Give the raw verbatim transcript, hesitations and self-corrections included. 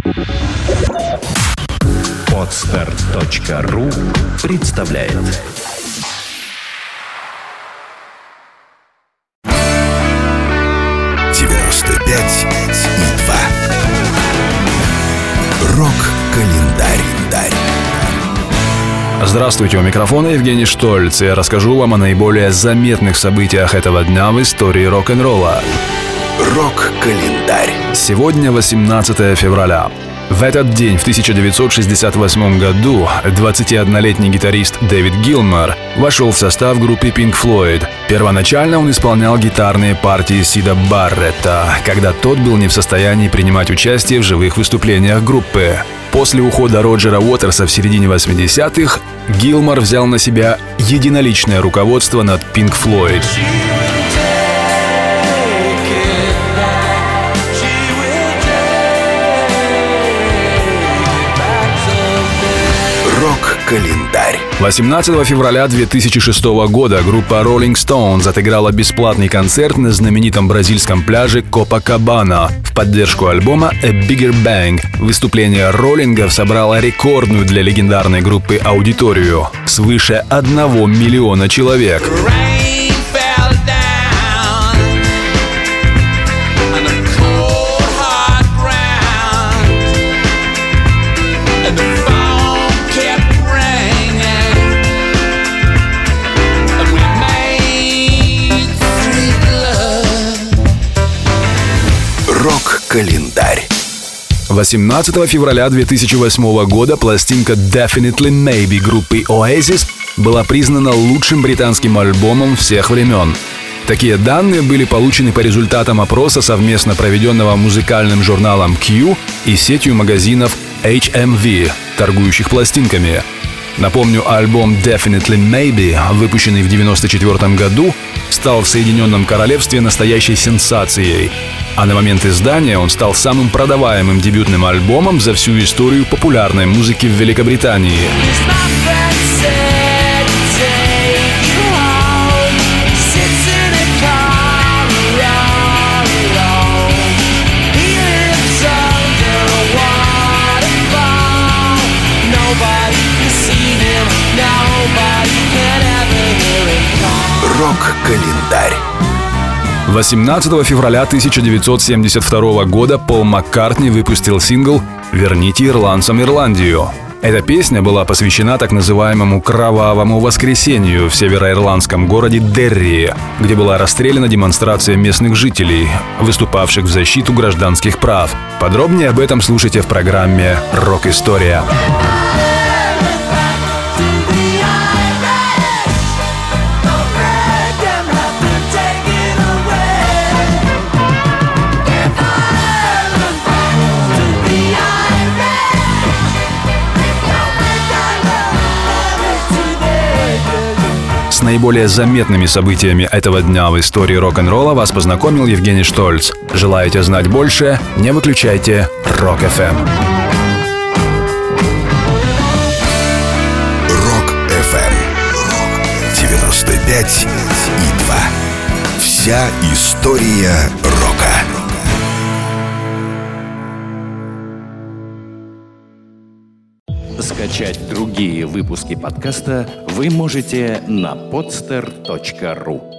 Подстер точка ру представляет. девяносто пять и два. Рок-календарь. Здравствуйте, у микрофона Евгений Штольц, и я расскажу вам о наиболее заметных событиях этого дня в истории рок-н-ролла. Рок-календарь. Сегодня восемнадцатое февраля. В этот день, в тысяча девятьсот шестьдесят восьмом году, двадцатиоднолетний гитарист Дэвид Гилмор вошел в состав группы Pink Floyd. Первоначально он исполнял гитарные партии Сида Барретта, когда тот был не в состоянии принимать участие в живых выступлениях группы. После ухода Роджера Уотерса в середине восьмидесятых Гилмор взял на себя единоличное руководство над Pink Floyd. Рок-календарь. восемнадцатого февраля две тысячи шестого года группа Rolling Stones отыграла бесплатный концерт на знаменитом бразильском пляже Копакабана в поддержку альбома A Bigger Bang. Выступление роллингов собрало рекордную для легендарной группы аудиторию – свыше одного миллиона человек. Рок-календарь. восемнадцатого февраля две тысячи восьмого года пластинка Definitely Maybe группы Oasis была признана лучшим британским альбомом всех времен. Такие данные были получены по результатам опроса, совместно проведенного музыкальным журналом Q и сетью магазинов эйч эм ви, торгующих пластинками. Напомню, альбом Definitely Maybe, выпущенный в девяносто четвёртом году, стал в Соединенном Королевстве настоящей сенсацией. А на момент издания он стал самым продаваемым дебютным альбомом за всю историю популярной музыки в Великобритании. Рок-календарь. восемнадцатого февраля тысяча девятьсот семьдесят второго года Пол Маккартни выпустил сингл «Верните ирландцам Ирландию». Эта песня была посвящена так называемому «Кровавому воскресенью» в североирландском городе Дерри, где была расстреляна демонстрация местных жителей, выступавших в защиту гражданских прав. Подробнее об этом слушайте в программе «Рок-история». С наиболее заметными событиями этого дня в истории рок-н-ролла вас познакомил Евгений Штольц. Желаете знать больше? Не выключайте Рок-эф эм. Рок-эф эм. девяносто пять и два. Вся история рока. Скачать другие выпуски подкаста вы можете на подстер точка ру.